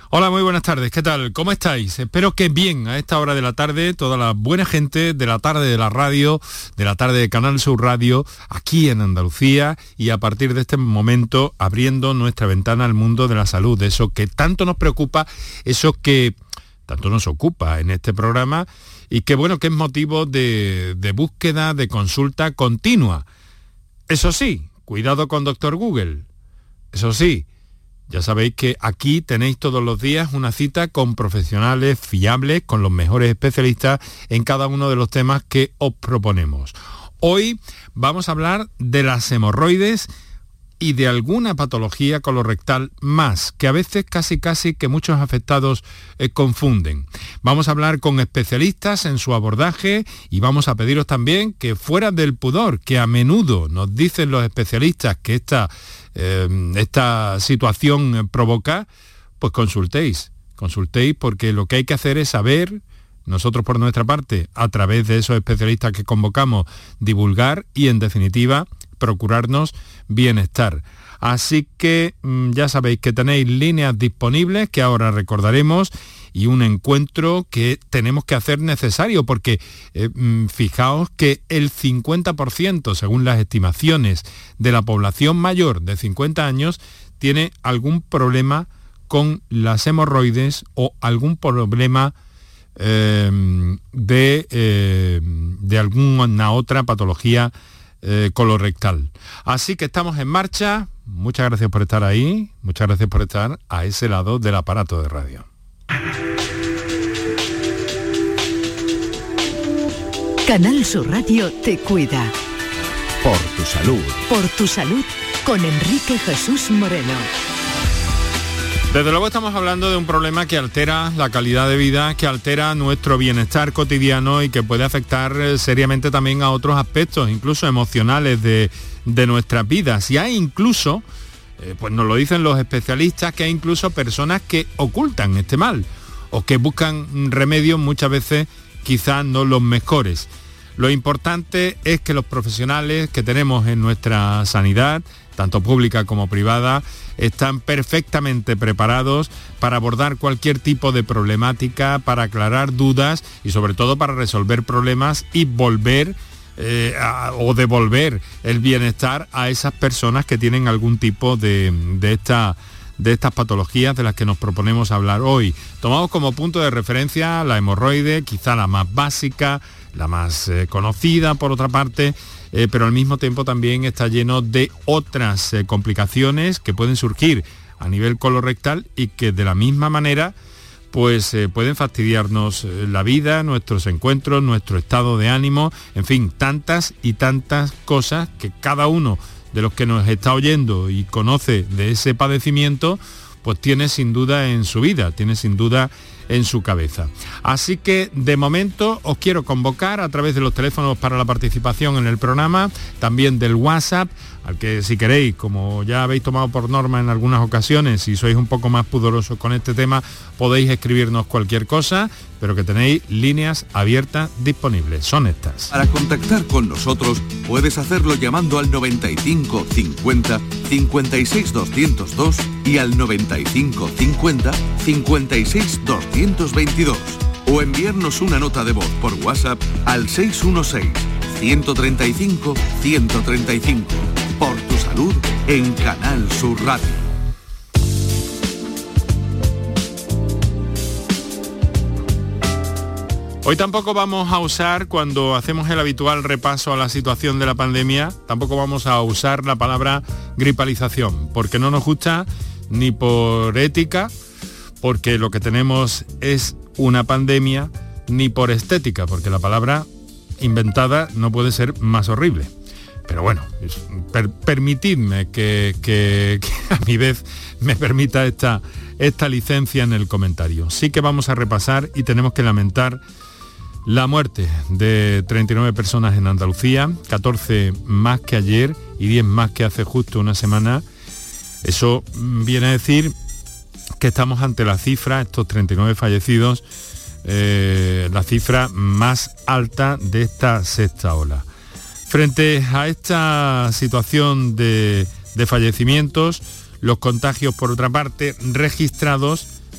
Hola, muy buenas tardes, ¿qué tal? ¿Cómo estáis? Espero que bien a esta hora de la tarde, toda la buena gente de la tarde de la radio, de la tarde de Canal Sur Radio, aquí en Andalucía, y a partir de este momento abriendo nuestra ventana al mundo de la salud, de eso que tanto nos preocupa, eso que tanto nos ocupa en este programa y que bueno, que es motivo de búsqueda, de consulta continua. Eso sí, cuidado con Dr. Google. Eso sí, ya sabéis que aquí tenéis todos los días una cita con profesionales fiables, con los mejores especialistas en cada uno de los temas que os proponemos. Hoy vamos a hablar de las hemorroides y de alguna patología colorectal más, que a veces casi que muchos afectados confunden. Vamos a hablar con especialistas en su abordaje y vamos a pediros también que fuera del pudor, que a menudo nos dicen los especialistas que esta situación provoca, pues consultéis porque lo que hay que hacer es saber, nosotros por nuestra parte, a través de esos especialistas que convocamos, divulgar y en definitiva procurarnos bienestar. Así que ya sabéis que tenéis líneas disponibles que ahora recordaremos y un encuentro que tenemos que hacer necesario porque fijaos que el 50%, según las estimaciones de la población mayor de 50 años, tiene algún problema con las hemorroides o algún problema de alguna otra patología colorectal. Así que estamos en marcha. Muchas gracias por estar ahí, muchas gracias por estar a ese lado del aparato de radio. Canal Sur Radio te cuida. Por tu salud. Por tu salud con Enrique Jesús Moreno. Desde luego estamos hablando de un problema que altera la calidad de vida, que altera nuestro bienestar cotidiano y que puede afectar seriamente también a otros aspectos, incluso emocionales de nuestras vidas. Y hay incluso, pues nos lo dicen los especialistas, que hay incluso personas que ocultan este mal o que buscan remedios muchas veces quizás no los mejores. Lo importante es que los profesionales que tenemos en nuestra sanidad, tanto pública como privada, están perfectamente preparados para abordar cualquier tipo de problemática, para aclarar dudas y sobre todo para resolver problemas y volver o devolver el bienestar a esas personas que tienen algún tipo de estas patologías de las que nos proponemos hablar hoy. Tomamos como punto de referencia la hemorroide, quizá la más básica, la más conocida por otra parte, pero al mismo tiempo también está lleno de otras complicaciones que pueden surgir a nivel colorectal y que de la misma manera pues pueden fastidiarnos la vida, nuestros encuentros, nuestro estado de ánimo, en fin, tantas y tantas cosas que cada uno de los que nos está oyendo y conoce de ese padecimiento, pues tiene sin duda en su vida, tiene sin duda en su cabeza. Así que de momento os quiero convocar a través de los teléfonos para la participación en el programa, también del WhatsApp, al que si queréis, como ya habéis tomado por norma en algunas ocasiones, si sois un poco más pudorosos con este tema, podéis escribirnos cualquier cosa, pero que tenéis líneas abiertas disponibles. Son estas. Para contactar con nosotros puedes hacerlo llamando al 95 50 56 202 y al 95 50 56 222 o enviarnos una nota de voz por WhatsApp al 616 135 135. Por tu salud en Canal Sur Radio. Hoy tampoco vamos a usar, cuando hacemos el habitual repaso a la situación de la pandemia, tampoco vamos a usar la palabra gripalización, porque no nos gusta ni por ética, porque lo que tenemos es una pandemia, ni por estética, porque la palabra inventada no puede ser más horrible. Pero bueno, permitidme que a mi vez me permita esta licencia en el comentario. Sí que vamos a repasar y tenemos que lamentar la muerte de 39 personas en Andalucía, 14 más que ayer y 10 más que hace justo una semana. Eso viene a decir que estamos ante la cifra, estos 39 fallecidos, la cifra más alta de esta sexta ola. Frente a esta situación de fallecimientos, los contagios, por otra parte, registrados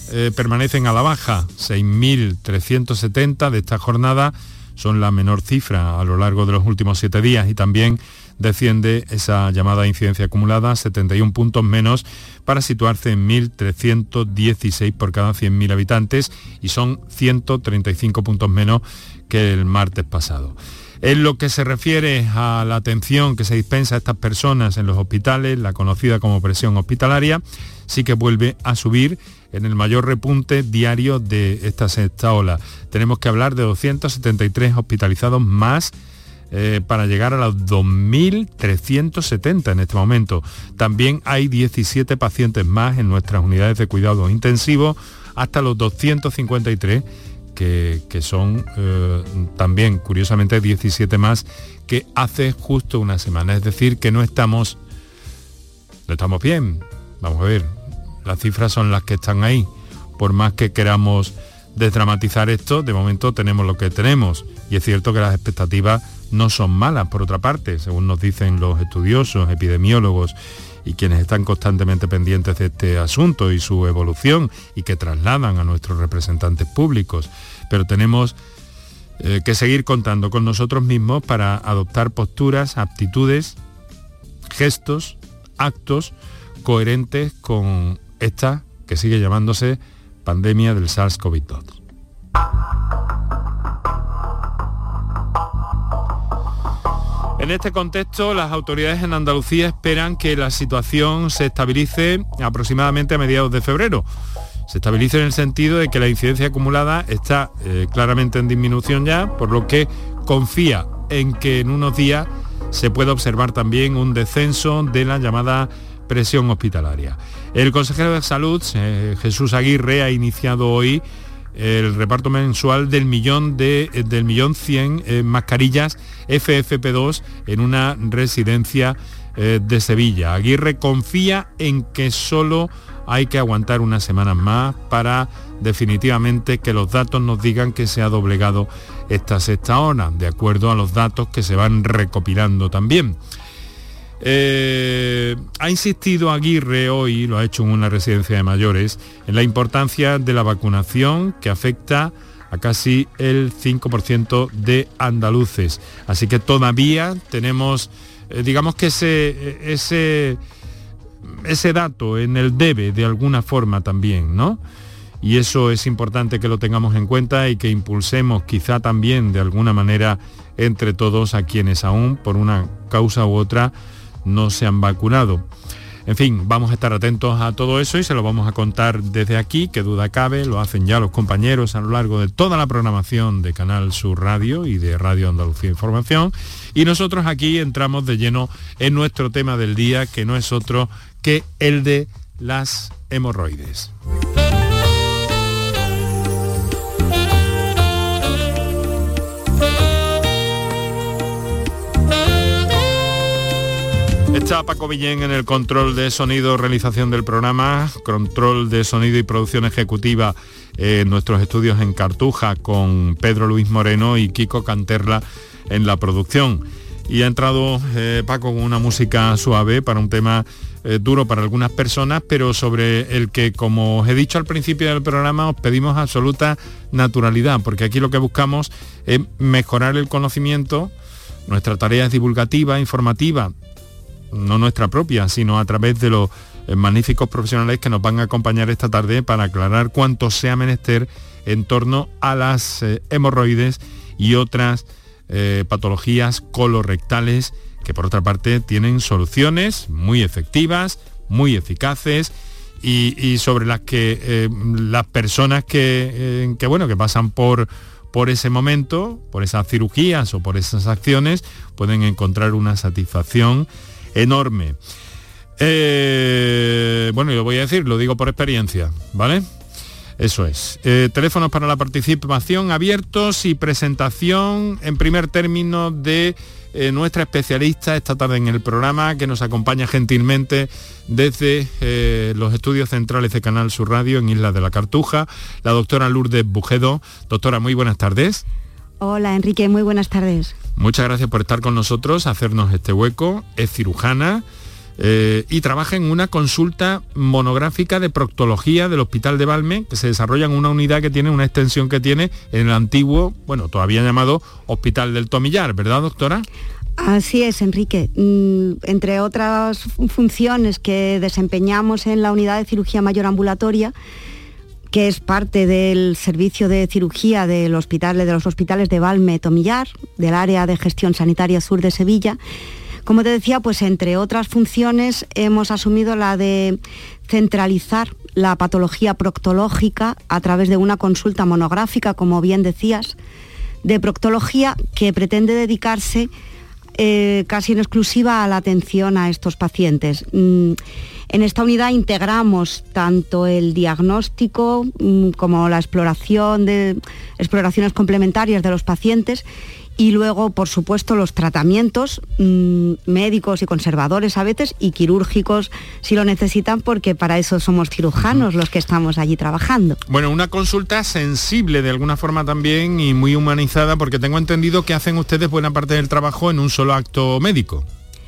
permanecen a la baja, 6.370 de esta jornada, son la menor cifra a lo largo de los últimos 7 días, y también desciende esa llamada incidencia acumulada, 71 puntos menos, para situarse en 1.316 por cada 100.000 habitantes, y son 135 puntos menos que el martes pasado. En lo que se refiere a la atención que se dispensa a estas personas en los hospitales, la conocida como presión hospitalaria, sí que vuelve a subir en el mayor repunte diario de esta sexta ola. Tenemos que hablar de 273 hospitalizados más para llegar a los 2.370 en este momento. También hay 17 pacientes más en nuestras unidades de cuidado intensivo, hasta los 253 que son también, curiosamente, 17 más que hace justo una semana. Es decir, que no estamos bien. Vamos a ver, las cifras son las que están ahí. Por más que queramos desdramatizar esto, de momento tenemos lo que tenemos. Y es cierto que las expectativas no son malas, por otra parte, según nos dicen los estudiosos, epidemiólogos y quienes están constantemente pendientes de este asunto y su evolución, y que trasladan a nuestros representantes públicos. Pero tenemos que seguir contando con nosotros mismos para adoptar posturas, actitudes, gestos, actos coherentes con esta que sigue llamándose pandemia del SARS-CoV-2. En este contexto, las autoridades en Andalucía esperan que la situación se estabilice aproximadamente a mediados de febrero. Se estabilice en el sentido de que la incidencia acumulada está claramente en disminución ya, por lo que confía en que en unos días se pueda observar también un descenso de la llamada presión hospitalaria. El consejero de Salud, Jesús Aguirre, ha iniciado hoy el reparto mensual del 1.100.000 mascarillas FFP2 en una residencia de Sevilla. Aguirre confía en que solo hay que aguantar unas semanas más para definitivamente que los datos nos digan que se ha doblegado esta sexta ola, de acuerdo a los datos que se van recopilando también. Ha insistido Aguirre hoy, lo ha hecho en una residencia de mayores, en la importancia de la vacunación, que afecta a casi el 5% de andaluces. Así que todavía tenemos, digamos que ese dato en el debe de alguna forma también, ¿no? Y eso es importante que lo tengamos en cuenta y que impulsemos quizá también de alguna manera entre todos a quienes aún por una causa u otra no se han vacunado. En fin, vamos a estar atentos a todo eso y se lo vamos a contar desde aquí, que duda cabe, lo hacen ya los compañeros a lo largo de toda la programación de Canal Sur Radio y de Radio Andalucía Información, y nosotros aquí entramos de lleno en nuestro tema del día, que no es otro que el de las hemorroides. Está Paco Villén en el control de sonido, realización del programa, control de sonido y producción ejecutiva en nuestros estudios en Cartuja, con Pedro Luis Moreno y Kiko Canterla en la producción. Y ha entrado Paco con una música suave para un tema duro para algunas personas, pero sobre el que, como os he dicho al principio del programa, os pedimos absoluta naturalidad, porque aquí lo que buscamos es mejorar el conocimiento. Nuestra tarea es divulgativa, informativa, no nuestra propia, sino a través de los magníficos profesionales que nos van a acompañar esta tarde para aclarar cuánto sea menester en torno a las hemorroides y otras patologías colorectales, que por otra parte tienen soluciones muy efectivas, muy eficaces, y sobre las que las personas que pasan por ese momento, por esas cirugías o por esas acciones, pueden encontrar una satisfacción enorme. Y lo voy a decir, lo digo por experiencia, ¿vale? Eso es. Teléfonos para la participación abiertos y presentación en primer término de nuestra especialista esta tarde en el programa, que nos acompaña gentilmente desde los estudios centrales de Canal Sur Radio en Islas de la Cartuja, la doctora Lourdes Bujedo. Doctora, muy buenas tardes. Hola, Enrique, muy buenas tardes. Muchas gracias por estar con nosotros, hacernos este hueco. Es cirujana, y trabaja en una consulta monográfica de proctología del Hospital de Valme, que se desarrolla en una unidad que tiene una extensión que tiene en el antiguo, bueno, todavía llamado Hospital del Tomillar, ¿verdad, doctora? Así es, Enrique. Entre otras funciones que desempeñamos en la unidad de cirugía mayor ambulatoria, que es parte del servicio de cirugía de los hospitales de Valme, Tomillar, del área de gestión sanitaria sur de Sevilla, como te decía, pues entre otras funciones hemos asumido la de centralizar la patología proctológica a través de una consulta monográfica, como bien decías, de proctología que pretende dedicarse casi en exclusiva a la atención a estos pacientes. En esta unidad integramos tanto el diagnóstico como la exploraciones complementarias de los pacientes y luego, por supuesto, los tratamientos médicos y conservadores a veces y quirúrgicos si lo necesitan, porque para eso somos cirujanos los que estamos allí trabajando. Bueno, una consulta sensible de alguna forma también y muy humanizada, porque tengo entendido que hacen ustedes buena parte del trabajo en un solo acto médico.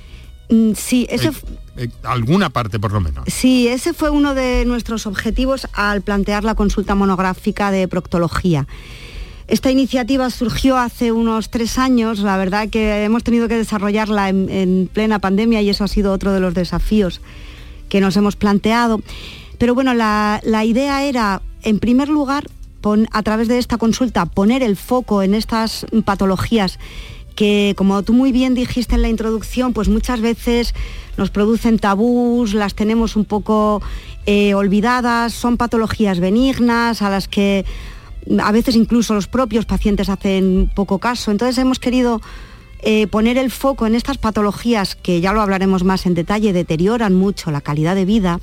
Sí, eso... alguna parte por lo menos. Sí, ese fue uno de nuestros objetivos al plantear la consulta monográfica de proctología. Esta iniciativa surgió hace unos 3 años, la verdad que hemos tenido que desarrollarla en plena pandemia y eso ha sido otro de los desafíos que nos hemos planteado. Pero bueno, la idea era, en primer lugar, a través de esta consulta, poner el foco en estas patologías que, como tú muy bien dijiste en la introducción, pues muchas veces nos producen tabús, las tenemos un poco olvidadas, son patologías benignas a las que a veces incluso los propios pacientes hacen poco caso. Entonces hemos querido poner el foco en estas patologías que, ya lo hablaremos más en detalle, deterioran mucho la calidad de vida.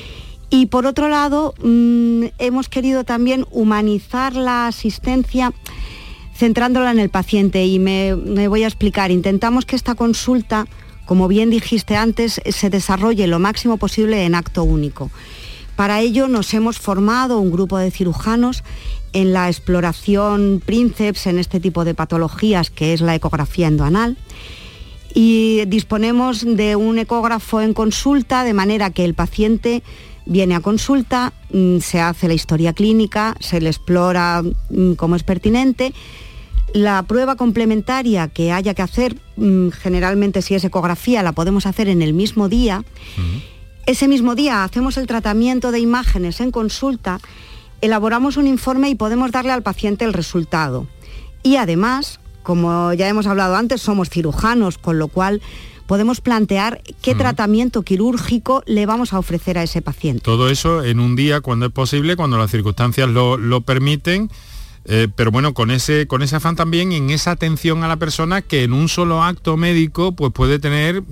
Y por otro lado, hemos querido también humanizar la asistencia centrándola en el paciente y me voy a explicar. Intentamos que esta consulta, como bien dijiste antes, se desarrolle lo máximo posible en acto único. Para ello nos hemos formado un grupo de cirujanos en la exploración princeps en este tipo de patologías, que es la ecografía endoanal, y disponemos de un ecógrafo en consulta, de manera que el paciente viene a consulta, se hace la historia clínica, se le explora como es pertinente. La prueba complementaria que haya que hacer, generalmente si es ecografía, la podemos hacer en el mismo día. Ese mismo día hacemos el tratamiento de imágenes en consulta, elaboramos un informe y podemos darle al paciente el resultado. Y además, como ya hemos hablado antes, somos cirujanos, con lo cual podemos plantear qué tratamiento quirúrgico le vamos a ofrecer a ese paciente. Todo eso en un día, cuando es posible, cuando las circunstancias lo permiten, pero bueno, con ese afán también en esa atención a la persona, que en un solo acto médico pues puede tener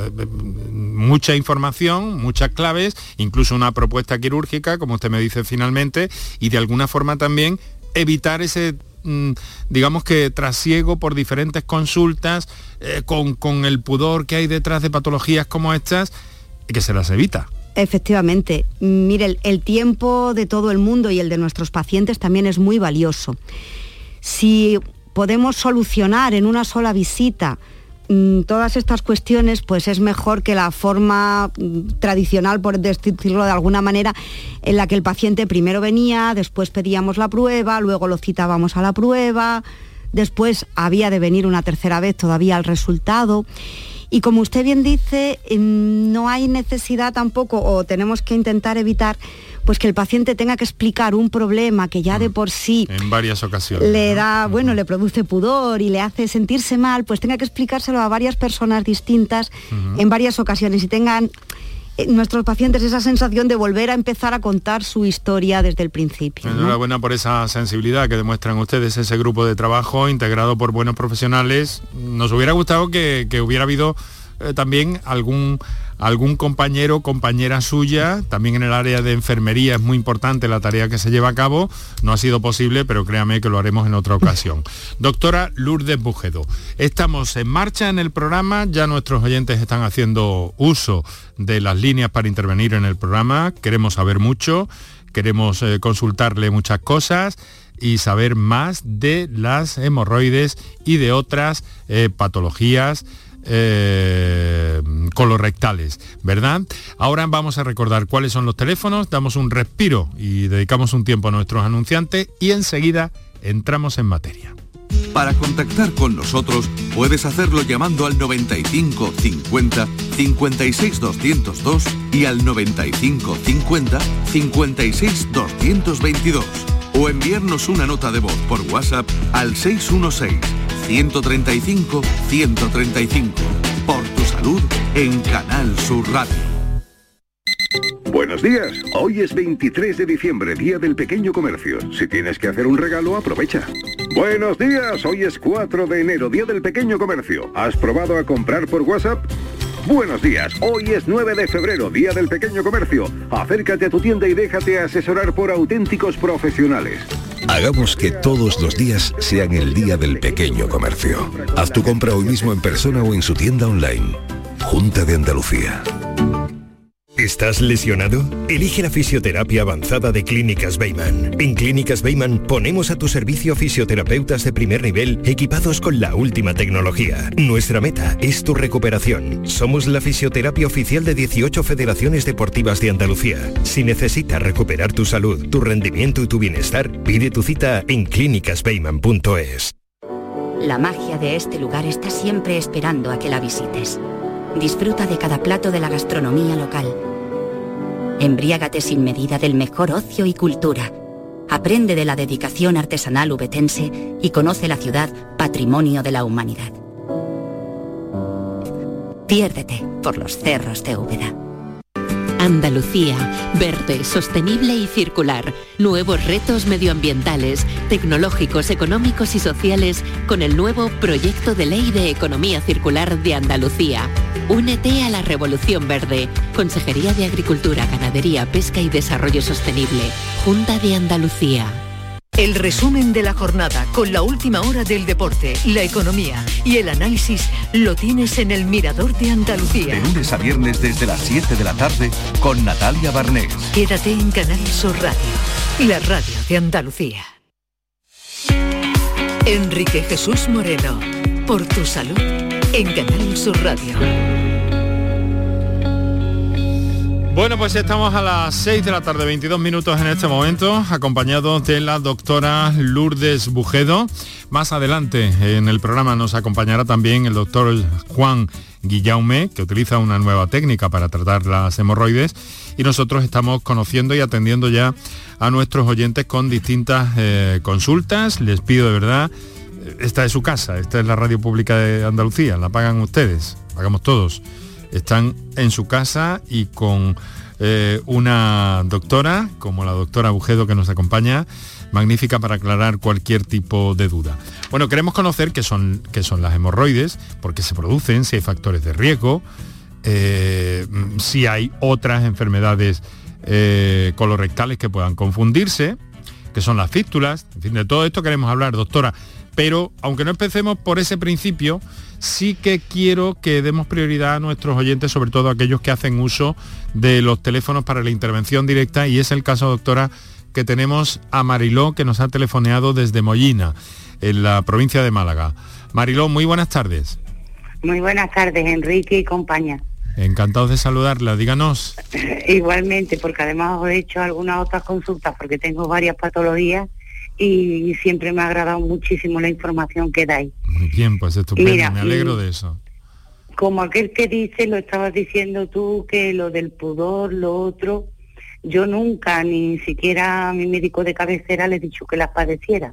mucha información, muchas claves, incluso una propuesta quirúrgica, como usted me dice finalmente, y de alguna forma también evitar ese digamos que trasiego por diferentes consultas, con el pudor que hay detrás de patologías como estas, que se las evita. Efectivamente. Mire, el tiempo de todo el mundo y el de nuestros pacientes también es muy valioso. Si podemos solucionar en una sola visita todas estas cuestiones, pues es mejor que la forma tradicional, por decirlo de alguna manera, en la que el paciente primero venía, después pedíamos la prueba, luego lo citábamos a la prueba, después había de venir una tercera vez todavía el resultado. Y como usted bien dice, no hay necesidad tampoco, o tenemos que intentar evitar, pues que el paciente tenga que explicar un problema que ya de por sí en varias ocasiones le da, bueno, le produce pudor y le hace sentirse mal, pues tenga que explicárselo a varias personas distintas en varias ocasiones y tengan nuestros pacientes esa sensación de volver a empezar a contar su historia desde el principio, ¿no? Enhorabuena por esa sensibilidad que demuestran ustedes, ese grupo de trabajo integrado por buenos profesionales. Nos hubiera gustado que hubiera habido también algún compañero o compañera suya, también en el área de enfermería. Es muy importante la tarea que se lleva a cabo. No ha sido posible, pero créame que lo haremos en otra ocasión. Doctora Lourdes Bujedo, estamos en marcha en el programa, ya nuestros oyentes están haciendo uso de las líneas para intervenir en el programa. Queremos saber mucho, queremos consultarle muchas cosas y saber más de las hemorroides y de otras patologías colorectales, ¿verdad? Ahora vamos a recordar cuáles son los teléfonos, damos un respiro y dedicamos un tiempo a nuestros anunciantes y enseguida entramos en materia. Para contactar con nosotros puedes hacerlo llamando al 95 50 56 202 y al 95 50 56 222 o enviarnos una nota de voz por WhatsApp al 616 135 135. Por tu salud en Canal Sur Radio. Buenos días, hoy es 23 de diciembre, Día del Pequeño Comercio. Si tienes que hacer un regalo, aprovecha. Buenos días, hoy es 4 de enero, Día del Pequeño Comercio. ¿Has probado a comprar por WhatsApp? Buenos días, hoy es 9 de febrero, Día del Pequeño Comercio. Acércate a tu tienda y déjate asesorar por auténticos profesionales. Hagamos que todos los días sean el Día del Pequeño Comercio. Haz tu compra hoy mismo en persona o en su tienda online. Junta de Andalucía. ¿Estás lesionado? Elige la fisioterapia avanzada de Clínicas Beiman. En Clínicas Beiman ponemos a tu servicio fisioterapeutas de primer nivel equipados con la última tecnología. Nuestra meta es tu recuperación. Somos la fisioterapia oficial de 18 federaciones deportivas de Andalucía. Si necesitas recuperar tu salud, tu rendimiento y tu bienestar, pide tu cita en clínicasbeiman.es. La magia de este lugar está siempre esperando a que la visites. Disfruta de cada plato de la gastronomía local. Embriágate sin medida del mejor ocio y cultura. Aprende de la dedicación artesanal ubetense y conoce la ciudad patrimonio de la humanidad. Piérdete por los cerros de Úbeda. Andalucía, verde, sostenible y circular. Nuevos retos medioambientales, tecnológicos, económicos y sociales con el nuevo Proyecto de Ley de Economía Circular de Andalucía. Únete a la Revolución Verde. Consejería de Agricultura, Ganadería, Pesca y Desarrollo Sostenible. Junta de Andalucía. El resumen de la jornada con la última hora del deporte, la economía y el análisis lo tienes en El Mirador de Andalucía. De lunes a viernes desde las 7 de la tarde con Natalia Barnés. Quédate en Canal Sur Radio, la radio de Andalucía. Enrique Jesús Moreno, por tu salud en Canal Sur Radio. Bueno, pues estamos a las 6 de la tarde, 22 minutos en este momento, acompañados de la doctora Lourdes Bujedo. Más adelante en el programa nos acompañará también el doctor Juan Guillaume, que utiliza una nueva técnica para tratar las hemorroides, y nosotros estamos conociendo y atendiendo ya a nuestros oyentes con distintas consultas. Les pido de verdad, esta es su casa, esta es la radio pública de Andalucía, la pagan ustedes, pagamos todos. Están en su casa y con una doctora, como la doctora Bujedo que nos acompaña, magnífica para aclarar cualquier tipo de duda. Bueno, queremos conocer qué son las hemorroides, por qué se producen, si hay factores de riesgo, si hay otras enfermedades colorectales que puedan confundirse, qué son las fístulas, en fin, de todo esto queremos hablar, doctora. Pero, aunque no empecemos por ese principio, sí que quiero que demos prioridad a nuestros oyentes, sobre todo a aquellos que hacen uso de los teléfonos para la intervención directa, y es el caso, doctora, que tenemos a Mariló, que nos ha telefoneado desde Mollina, en la provincia de Málaga. Mariló, muy buenas tardes. Muy buenas tardes, Enrique y compañía. Encantados de saludarla, díganos. Igualmente, porque además os he hecho algunas otras consultas, porque tengo varias patologías, y siempre me ha agradado muchísimo la información que dais. Muy bien, pues estupendo. Mira, me alegro de eso. Como aquel que dice, lo estabas diciendo tú, que lo del pudor, lo otro, yo nunca, ni siquiera a mi médico de cabecera le he dicho que las padeciera.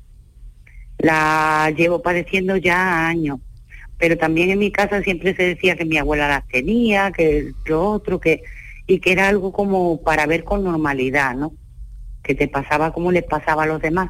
Las llevo padeciendo ya años, pero también en mi casa siempre se decía que mi abuela las tenía, que lo otro, y que era algo como para ver con normalidad, ¿no? Que te pasaba como les pasaba a los demás.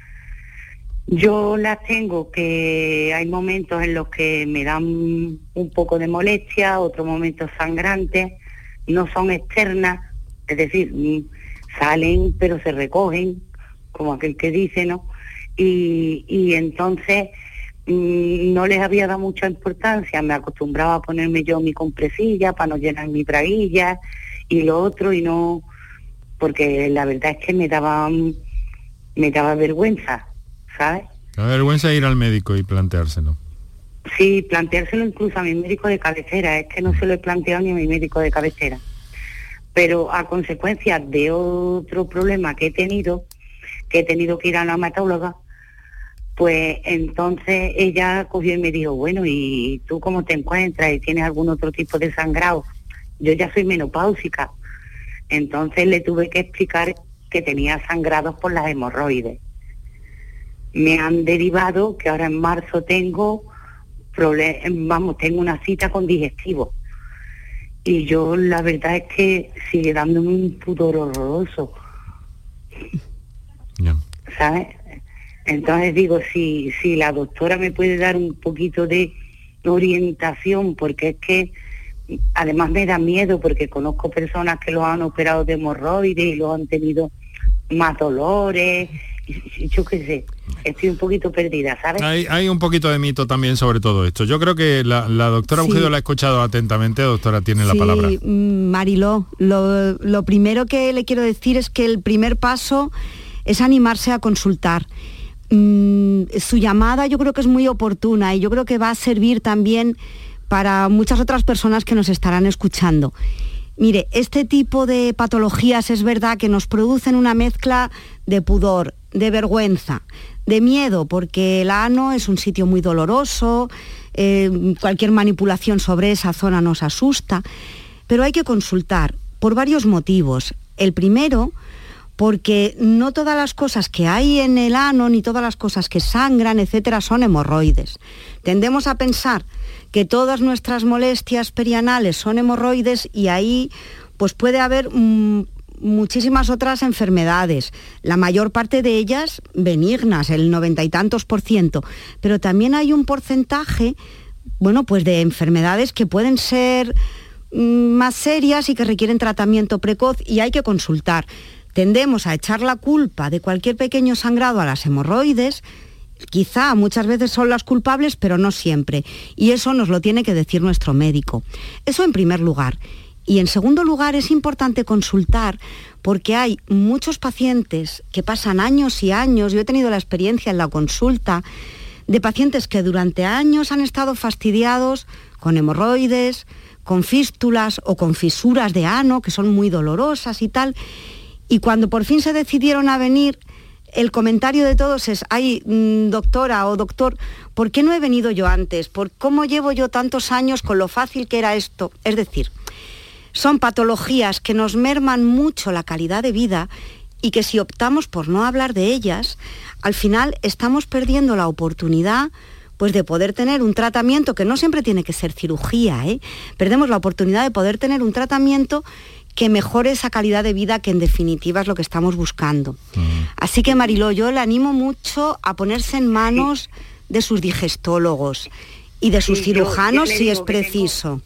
Yo las tengo, que hay momentos en los que me dan un poco de molestia, otros momentos sangrantes, no son externas, es decir, salen pero se recogen, como aquel que dice, ¿no? Y entonces no les había dado mucha importancia, me acostumbraba a ponerme yo mi compresilla para no llenar mi braguilla y lo otro, y no, porque la verdad es que me daba vergüenza, ¿sabes? Me da vergüenza ir al médico y planteárselo. Sí, planteárselo incluso a mi médico de cabecera, es que no se lo he planteado ni a mi médico de cabecera. Pero a consecuencia de otro problema que he tenido que ir a una hematóloga, pues entonces ella cogió y me dijo, bueno, ¿y tú cómo te encuentras? ¿Y tienes algún otro tipo de sangrado? Yo ya soy menopáusica, entonces le tuve que explicar que tenía sangrados por las hemorroides. Me han derivado que ahora en marzo tengo una cita con digestivo. Y yo la verdad es que sigue dándome un pudor horroroso. Yeah. ¿Sabes? Entonces digo, si la doctora me puede dar un poquito de orientación, porque es que además me da miedo, porque conozco personas que lo han operado de hemorroides y lo han tenido más dolores, y yo qué sé, estoy un poquito perdida, ¿sabes? Hay un poquito de mito también sobre todo esto. Yo creo que la doctora Bujedo la ha escuchado atentamente. Doctora, tiene la palabra. Mariló, lo primero que le quiero decir es que el primer paso es animarse a consultar. Su llamada yo creo que es muy oportuna y yo creo que va a servir también para muchas otras personas que nos estarán escuchando. Mire, este tipo de patologías es verdad que nos producen una mezcla de pudor, de vergüenza, de miedo, porque el ano es un sitio muy doloroso, cualquier manipulación sobre esa zona nos asusta, pero hay que consultar por varios motivos. El primero, porque no todas las cosas que hay en el ano, ni todas las cosas que sangran, etcétera, son hemorroides. Tendemos a pensar que todas nuestras molestias perianales son hemorroides y ahí pues puede haber muchísimas otras enfermedades, la mayor parte de ellas benignas, el 90 y tantos %, pero también hay un porcentaje, bueno, pues de enfermedades que pueden ser más serias y que requieren tratamiento precoz y hay que consultar. Tendemos a echar la culpa de cualquier pequeño sangrado a las hemorroides. Quizá muchas veces son las culpables, pero no siempre. Y eso nos lo tiene que decir nuestro médico. Eso en primer lugar. Y en segundo lugar es importante consultar porque hay muchos pacientes que pasan años y años, yo he tenido la experiencia en la consulta, de pacientes que durante años han estado fastidiados con hemorroides, con fístulas o con fisuras de ano, que son muy dolorosas y tal. Y cuando por fin se decidieron a venir, el comentario de todos es, ay, doctora o doctor, ¿por qué no he venido yo antes? ¿Por cómo llevo yo tantos años con lo fácil que era esto? Es decir, son patologías que nos merman mucho la calidad de vida y que si optamos por no hablar de ellas, al final estamos perdiendo la oportunidad pues de poder tener un tratamiento que no siempre tiene que ser cirugía, ¿eh? Perdemos la oportunidad de poder tener un tratamiento que mejore esa calidad de vida que en definitiva es lo que estamos buscando. Así que Mariló, yo le animo mucho a ponerse en manos de sus digestólogos y de sus cirujanos si es preciso.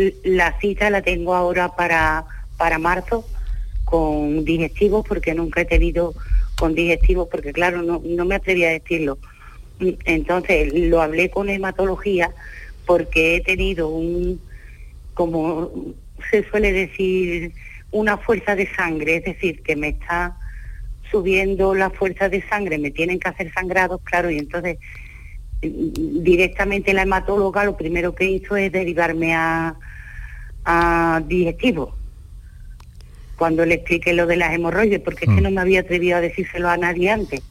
La cita la tengo ahora para marzo con digestivos, porque nunca he tenido con digestivos, porque claro, no me atreví a decirlo. Entonces lo hablé con hematología porque he tenido como se suele decir, una fuerza de sangre, es decir, que me está subiendo la fuerza de sangre, me tienen que hacer sangrados, claro, y entonces directamente la hematóloga lo primero que hizo es derivarme a digestivo, cuando le expliqué lo de las hemorroides, porque es que no me había atrevido a decírselo a nadie antes,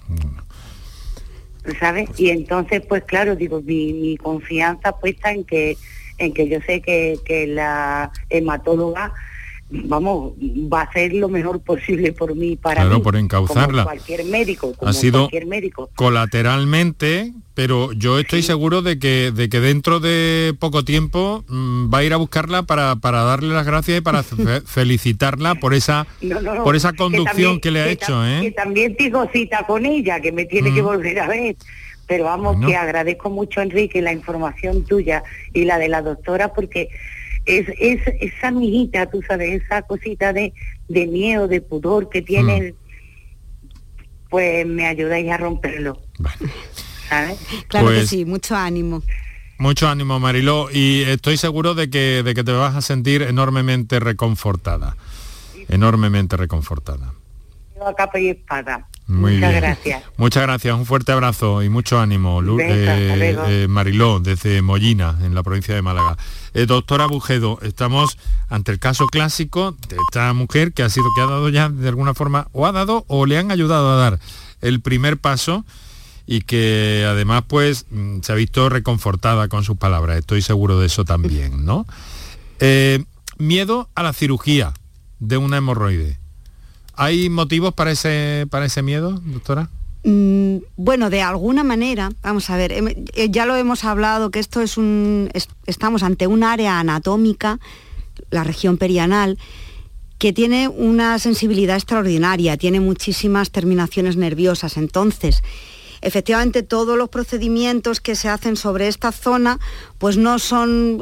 ¿sabes? Y entonces, pues claro, digo, mi confianza puesta en que yo sé que la hematóloga, vamos, va a hacer lo mejor posible por mí, para mí, por encauzarla. Como cualquier médico, ha sido colateralmente, pero yo estoy seguro de que dentro de poco tiempo va a ir a buscarla para darle las gracias y para felicitarla por esa conducción que le ha hecho, ¿eh? Que también tengo cita con ella, que me tiene que volver a ver. Pero vamos, que agradezco mucho, Enrique, la información tuya y la de la doctora, porque es esa amiguita, tú sabes, esa cosita de miedo, de pudor que tienen, pues me ayudáis a romperlo. Bueno. ¿Sabes? Claro que sí, mucho ánimo. Mucho ánimo, Mariló, y estoy seguro de que te vas a sentir enormemente reconfortada. Enormemente reconfortada. a capa y espada. Muchas gracias. Muchas gracias, un fuerte abrazo y mucho ánimo. Mariló, desde Mollina, en la provincia de Málaga. Doctora Bujedo, estamos ante el caso clásico de esta mujer que ha dado ya de alguna forma, o ha dado o le han ayudado a dar el primer paso, y que además pues se ha visto reconfortada con sus palabras. Estoy seguro de eso también, ¿no? Miedo a la cirugía de una hemorroide. ¿Hay motivos para ese miedo, doctora? Bueno, de alguna manera, vamos a ver, ya lo hemos hablado, que esto estamos ante un área anatómica, la región perianal, que tiene una sensibilidad extraordinaria, tiene muchísimas terminaciones nerviosas. Entonces, efectivamente, todos los procedimientos que se hacen sobre esta zona, pues no son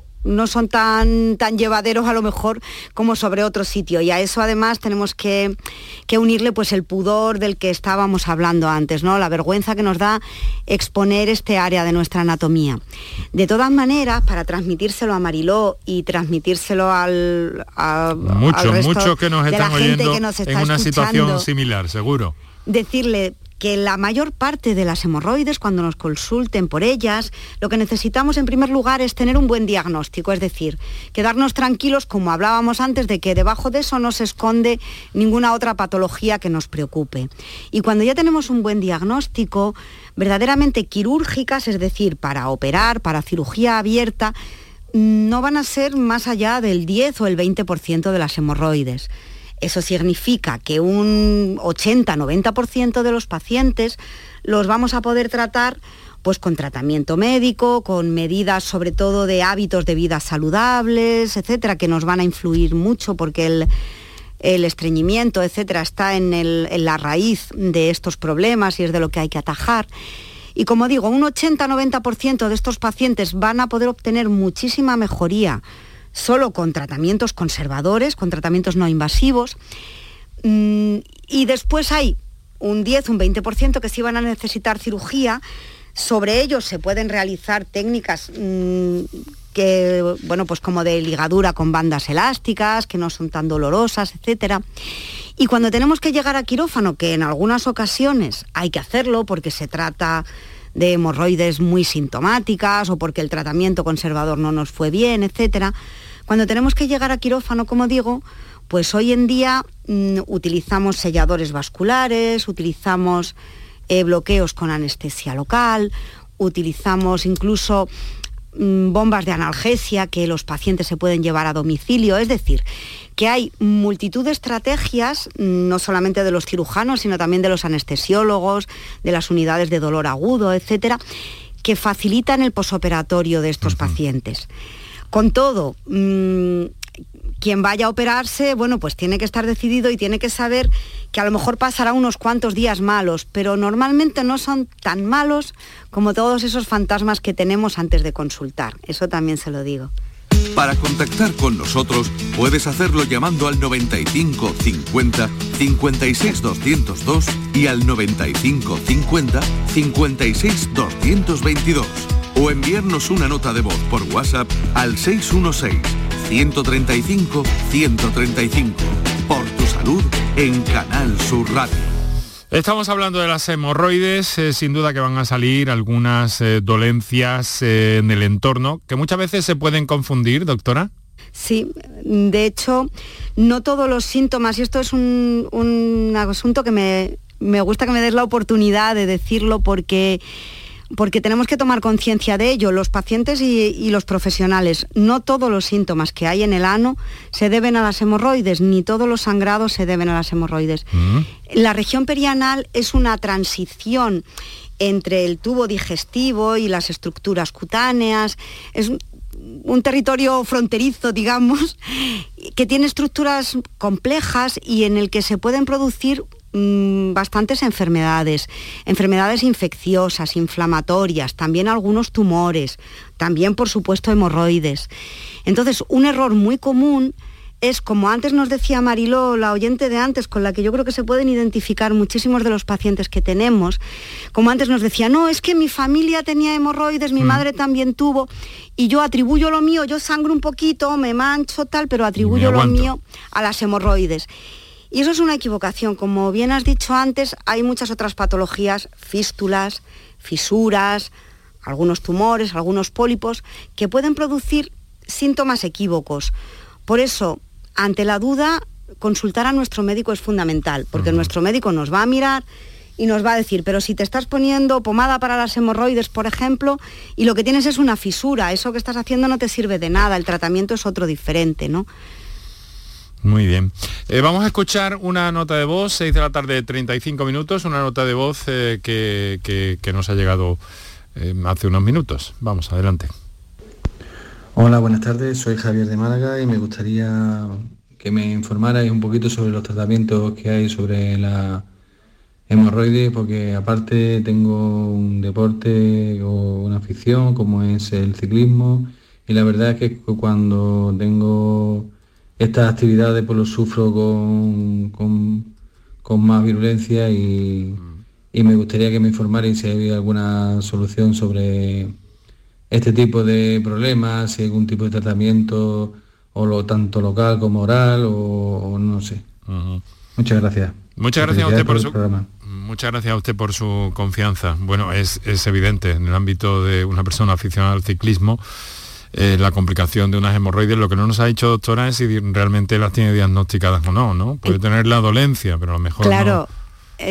tan llevaderos a lo mejor como sobre otro sitio, y a eso además tenemos que unirle pues el pudor del que estábamos hablando antes, ¿no? La vergüenza que nos da exponer este área de nuestra anatomía. De todas maneras, para transmitírselo a Mariló y transmitírselo al resto que nos de están la gente oyendo que nos está en una escuchando, situación similar, seguro. Decirle que la mayor parte de las hemorroides, cuando nos consulten por ellas, lo que necesitamos en primer lugar es tener un buen diagnóstico, es decir, quedarnos tranquilos, como hablábamos antes, de que debajo de eso no se esconde ninguna otra patología que nos preocupe. Y cuando ya tenemos un buen diagnóstico, verdaderamente quirúrgicas, es decir, para operar, para cirugía abierta, no van a ser más allá del 10 o el 20% de las hemorroides. Eso significa que un 80-90% de los pacientes los vamos a poder tratar pues con tratamiento médico, con medidas sobre todo de hábitos de vida saludables, etcétera, que nos van a influir mucho porque el estreñimiento, etcétera, está en la raíz de estos problemas y es de lo que hay que atajar. Y como digo, un 80-90% de estos pacientes van a poder obtener muchísima mejoría solo con tratamientos conservadores, con tratamientos no invasivos, y después hay un 10, un 20% que sí van a necesitar cirugía. Sobre ellos se pueden realizar técnicas que, bueno, pues como de ligadura con bandas elásticas, que no son tan dolorosas, etcétera. Y cuando tenemos que llegar a quirófano, que en algunas ocasiones hay que hacerlo porque se trata de hemorroides muy sintomáticas o porque el tratamiento conservador no nos fue bien, etcétera. Cuando tenemos que llegar a quirófano, como digo, pues hoy en día utilizamos selladores vasculares, utilizamos bloqueos con anestesia local, utilizamos incluso bombas de analgesia que los pacientes se pueden llevar a domicilio. Es decir, que hay multitud de estrategias, no solamente de los cirujanos, sino también de los anestesiólogos, de las unidades de dolor agudo, etcétera, que facilitan el posoperatorio de estos pacientes. Con todo, quien vaya a operarse, bueno, pues tiene que estar decidido y tiene que saber que a lo mejor pasará unos cuantos días malos, pero normalmente no son tan malos como todos esos fantasmas que tenemos antes de consultar. Eso también se lo digo. Para contactar con nosotros puedes hacerlo llamando al 95 50 56 202 y al 95 50 56 222 o enviarnos una nota de voz por WhatsApp al 616 135 135. Por tu salud en Canal Sur Radio. Estamos hablando de las hemorroides, sin duda que van a salir algunas dolencias en el entorno, que muchas veces se pueden confundir, doctora. Sí, de hecho, no todos los síntomas, y esto es un asunto que me gusta que me des la oportunidad de decirlo porque tenemos que tomar conciencia de ello, los pacientes y los profesionales. No todos los síntomas que hay en el ano se deben a las hemorroides, ni todos los sangrados se deben a las hemorroides. La región perianal es una transición entre el tubo digestivo y las estructuras cutáneas. Es un territorio fronterizo, digamos, que tiene estructuras complejas y en el que se pueden producir bastantes enfermedades infecciosas, inflamatorias, también algunos tumores, también por supuesto hemorroides. Entonces, un error muy común es, como antes nos decía Mariló, la oyente de antes, con la que yo creo que se pueden identificar muchísimos de los pacientes que tenemos, como antes nos decía, no, es que mi familia tenía hemorroides, mi madre también tuvo, y yo atribuyo lo mío, yo sangro un poquito, me mancho tal, pero atribuyo lo mío a las hemorroides. Y eso es una equivocación. Como bien has dicho antes, hay muchas otras patologías, fístulas, fisuras, algunos tumores, algunos pólipos, que pueden producir síntomas equívocos. Por eso, ante la duda, consultar a nuestro médico es fundamental, porque nuestro médico nos va a mirar y nos va a decir, pero si te estás poniendo pomada para las hemorroides, por ejemplo, y lo que tienes es una fisura, eso que estás haciendo no te sirve de nada, el tratamiento es otro diferente, ¿no? Muy bien. Vamos a escuchar una nota de voz, 6 de la tarde, 35 minutos, una nota de voz que nos ha llegado hace unos minutos. Vamos, adelante. Hola, buenas tardes, soy Javier de Málaga y me gustaría que me informarais un poquito sobre los tratamientos que hay sobre la hemorroides, porque aparte tengo un deporte o una afición como es el ciclismo, y la verdad es que cuando tengo estas actividades pues lo sufro con más virulencia y me gustaría que me informarais si hay alguna solución sobre este tipo de problemas, si hay algún tipo de tratamiento tanto local como oral o no sé. Muchas gracias. Muchas gracias a usted por su programa. Muchas gracias a usted por su confianza. Bueno, es evidente en el ámbito de una persona aficionada al ciclismo la complicación de unas hemorroides. Lo que no nos ha dicho, doctora, es si realmente las tiene diagnosticadas o no, ¿no? Puede tener la dolencia, pero a lo mejor claro. No.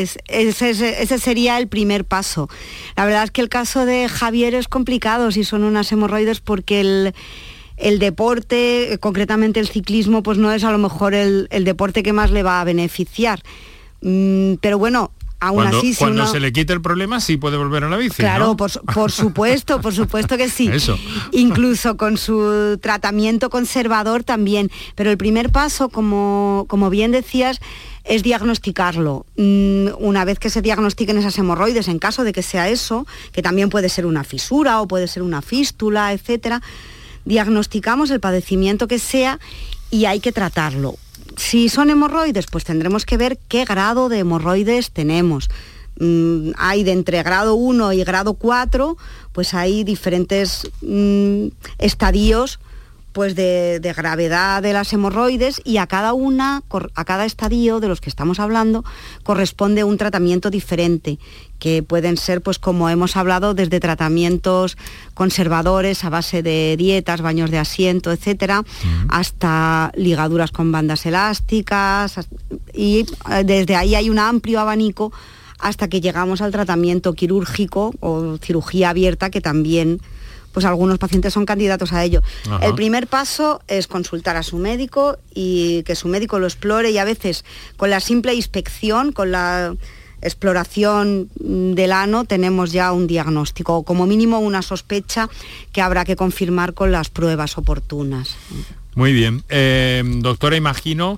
Ese sería el primer paso. La verdad es que el caso de Javier es complicado si son unas hemorroides, porque el deporte, concretamente el ciclismo, pues no es a lo mejor el deporte que más le va a beneficiar. Pero bueno, aún así... Cuando se le quite el problema, sí puede volver a la bici, claro, ¿no? por supuesto que sí. Eso. Incluso con su tratamiento conservador también. Pero el primer paso, como bien decías, es diagnosticarlo. Una vez que se diagnostiquen esas hemorroides, en caso de que sea eso, que también puede ser una fisura o puede ser una fístula, etcétera, diagnosticamos el padecimiento que sea y hay que tratarlo. Si son hemorroides, pues tendremos que ver qué grado de hemorroides tenemos. Hay de entre grado 1 y grado 4, pues hay diferentes estadios pues de gravedad de las hemorroides, y a cada estadio de los que estamos hablando corresponde un tratamiento diferente, que pueden ser, pues como hemos hablado, desde tratamientos conservadores a base de dietas, baños de asiento, etcétera, hasta ligaduras con bandas elásticas, y desde ahí hay un amplio abanico hasta que llegamos al tratamiento quirúrgico o cirugía abierta, que también pues algunos pacientes son candidatos a ello. Ajá. El primer paso es consultar a su médico y que su médico lo explore, y a veces con la simple inspección, con la exploración del ano, tenemos ya un diagnóstico, o como mínimo una sospecha que habrá que confirmar con las pruebas oportunas. Muy bien. Doctora, imagino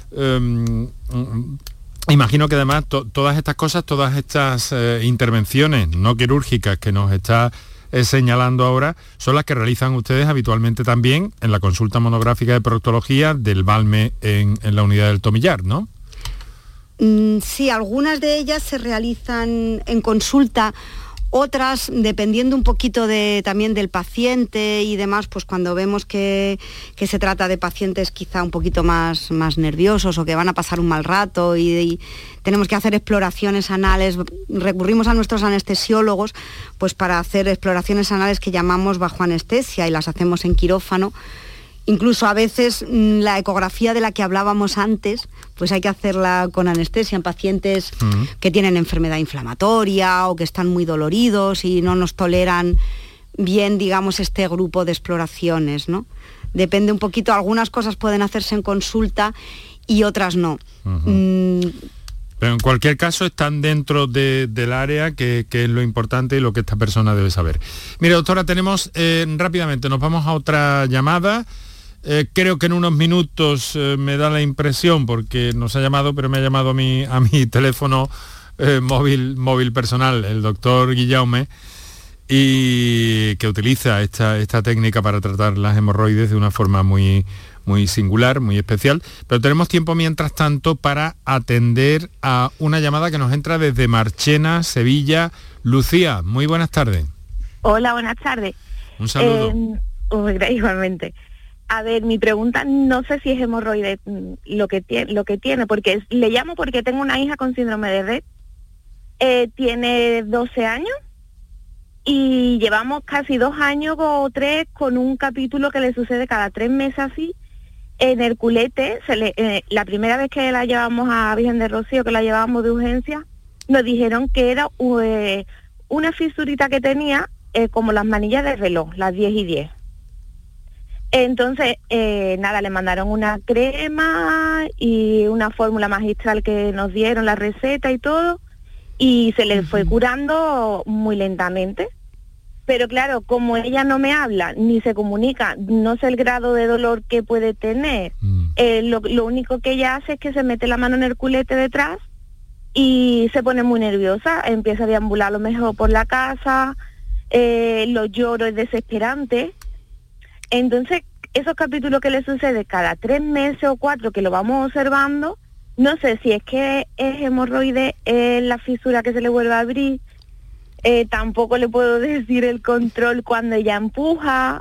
que además todas estas cosas, todas estas intervenciones no quirúrgicas que nos está señalando ahora, son las que realizan ustedes habitualmente también en la consulta monográfica de proctología del Balme en la unidad del Tomillar, ¿no? Sí, algunas de ellas se realizan en consulta, otras, dependiendo un poquito también del paciente y demás, pues cuando vemos que se trata de pacientes quizá un poquito más nerviosos o que van a pasar un mal rato y tenemos que hacer exploraciones anales, recurrimos a nuestros anestesiólogos pues para hacer exploraciones anales que llamamos bajo anestesia, y las hacemos en quirófano. Incluso a veces la ecografía de la que hablábamos antes, pues hay que hacerla con anestesia en pacientes que tienen enfermedad inflamatoria o que están muy doloridos y no nos toleran bien, digamos, este grupo de exploraciones, ¿no? Depende un poquito, algunas cosas pueden hacerse en consulta y otras no. Pero en cualquier caso están dentro del área que es lo importante y lo que esta persona debe saber. Mire, doctora, tenemos rápidamente, nos vamos a otra llamada. Creo que en unos minutos me da la impresión, porque nos ha llamado, pero me ha llamado a mi teléfono móvil personal, el doctor Guillaume, y que utiliza esta técnica para tratar las hemorroides de una forma muy singular, muy especial. Pero tenemos tiempo, mientras tanto, para atender a una llamada que nos entra desde Marchena, Sevilla. Lucía, muy buenas tardes. Hola, buenas tardes. Un saludo. Igualmente. A ver, mi pregunta, no sé si es hemorroide lo que tiene, porque le llamo porque tengo una hija con síndrome de Rett, tiene 12 años y llevamos casi 2 años o 3 con un capítulo que le sucede cada 3 meses así. En el culete, la primera vez que la llevamos a Virgen del Rocío, que la llevábamos de urgencia, nos dijeron que era una fisurita que tenía como las manillas del reloj, las 10:10. Entonces, nada, le mandaron una crema y una fórmula magistral que nos dieron, la receta y todo, y se le fue curando muy lentamente. Pero claro, como ella no me habla, ni se comunica, no sé el grado de dolor que puede tener, lo único que ella hace es que se mete la mano en el culete detrás y se pone muy nerviosa, empieza a deambular a lo mejor por la casa, los lloros es desesperante. Entonces, esos capítulos que le sucede cada 3 meses o 4 que lo vamos observando, no sé si es que es hemorroide, la fisura que se le vuelve a abrir, tampoco le puedo decir el control cuando ella empuja,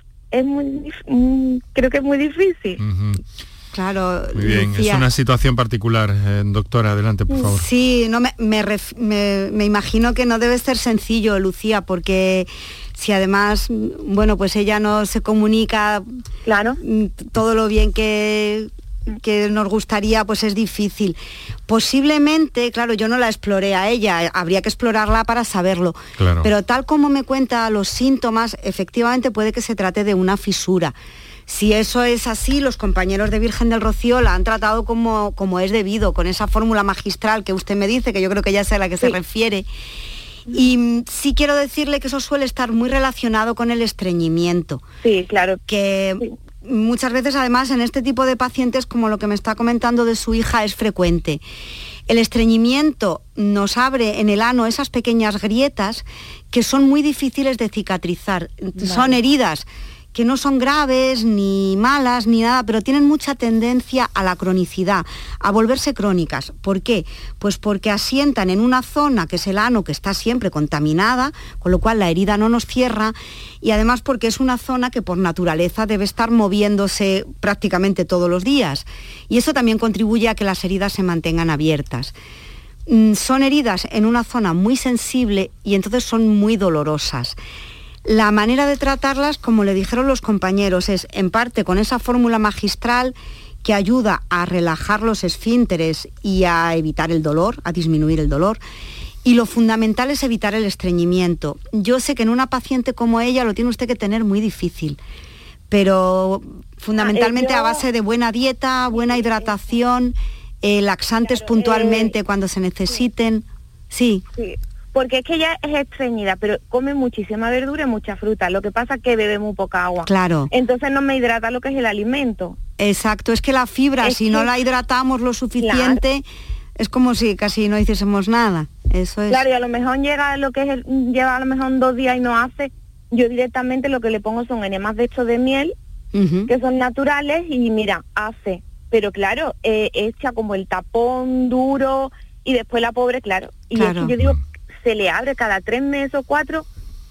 creo que es muy difícil. Claro, muy bien, Lucía. Es una situación particular, doctora, adelante, por favor. Sí, no me imagino que no debe ser sencillo, Lucía, porque si además, bueno, pues ella no se comunica, claro, todo lo bien que nos gustaría, pues es difícil. Posiblemente, claro, yo no la exploré a ella, habría que explorarla para saberlo, claro. Pero tal como me cuenta los síntomas, efectivamente puede que se trate de una fisura. Si eso es así, los compañeros de Virgen del Rocío la han tratado como es debido, con esa fórmula magistral que usted me dice, que yo creo que ya sé a la que se refiere. Y sí quiero decirle que eso suele estar muy relacionado con el estreñimiento. Sí, claro. Que muchas veces, además, en este tipo de pacientes, como lo que me está comentando de su hija, es frecuente. El estreñimiento nos abre en el ano esas pequeñas grietas que son muy difíciles de cicatrizar. Vale. Son heridas que no son graves, ni malas, ni nada, pero tienen mucha tendencia a la cronicidad, a volverse crónicas. ¿Por qué? Pues porque asientan en una zona, que es el ano, que está siempre contaminada, con lo cual la herida no nos cierra, y además porque es una zona que por naturaleza debe estar moviéndose prácticamente todos los días. Y eso también contribuye a que las heridas se mantengan abiertas. Son heridas en una zona muy sensible y entonces son muy dolorosas. La manera de tratarlas, como le dijeron los compañeros, es en parte con esa fórmula magistral que ayuda a relajar los esfínteres y a evitar el dolor, a disminuir el dolor. Y lo fundamental es evitar el estreñimiento. Yo sé que en una paciente como ella lo tiene usted que tener muy difícil, pero fundamentalmente a base de buena dieta, buena hidratación, laxantes puntualmente cuando se necesiten. Sí. Porque es que ella es estreñida, pero come muchísima verdura y mucha fruta. Lo que pasa es que bebe muy poca agua. Claro. Entonces no me hidrata lo que es el alimento. Exacto, es que la fibra, si no la hidratamos lo suficiente, es como si casi no hiciésemos nada. Eso es. Claro, y a lo mejor lleva a lo mejor 2 días y no hace. Yo directamente lo que le pongo son enemas de estos de miel, que son naturales, y mira, hace. Pero claro, echa como el tapón duro, y después la pobre, claro. Y es que yo digo, se le abre cada 3 meses o 4,